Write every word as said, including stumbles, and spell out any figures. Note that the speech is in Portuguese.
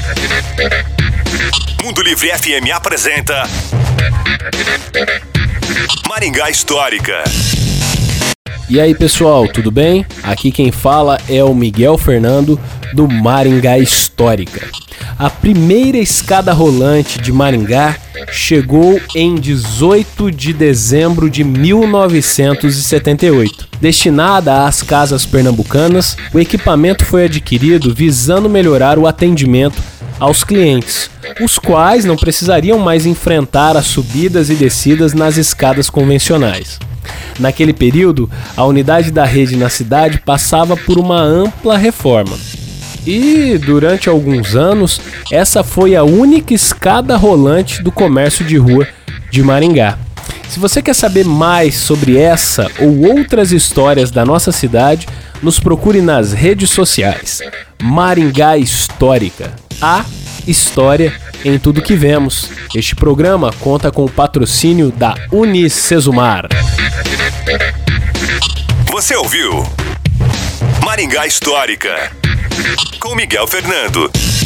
Mundo Livre F M apresenta Maringá Histórica. E aí pessoal, tudo bem? Aqui quem fala é o Miguel Fernando do Maringá Histórica. A primeira escada rolante de Maringá chegou em dezoito de dezembro de mil novecentos e setenta e oito. Destinada às casas pernambucanas, o equipamento foi adquirido visando melhorar o atendimento aos clientes, os quais não precisariam mais enfrentar as subidas e descidas nas escadas convencionais. Naquele período, a unidade da rede na cidade passava por uma ampla reforma. E, durante alguns anos, essa foi a única escada rolante do comércio de rua de Maringá. Se você quer saber mais sobre essa ou outras histórias da nossa cidade, nos procure nas redes sociais. Maringá Histórica. A história em tudo que vemos. Este programa conta com o patrocínio da Unicesumar. Você ouviu Maringá Histórica com Miguel Fernando.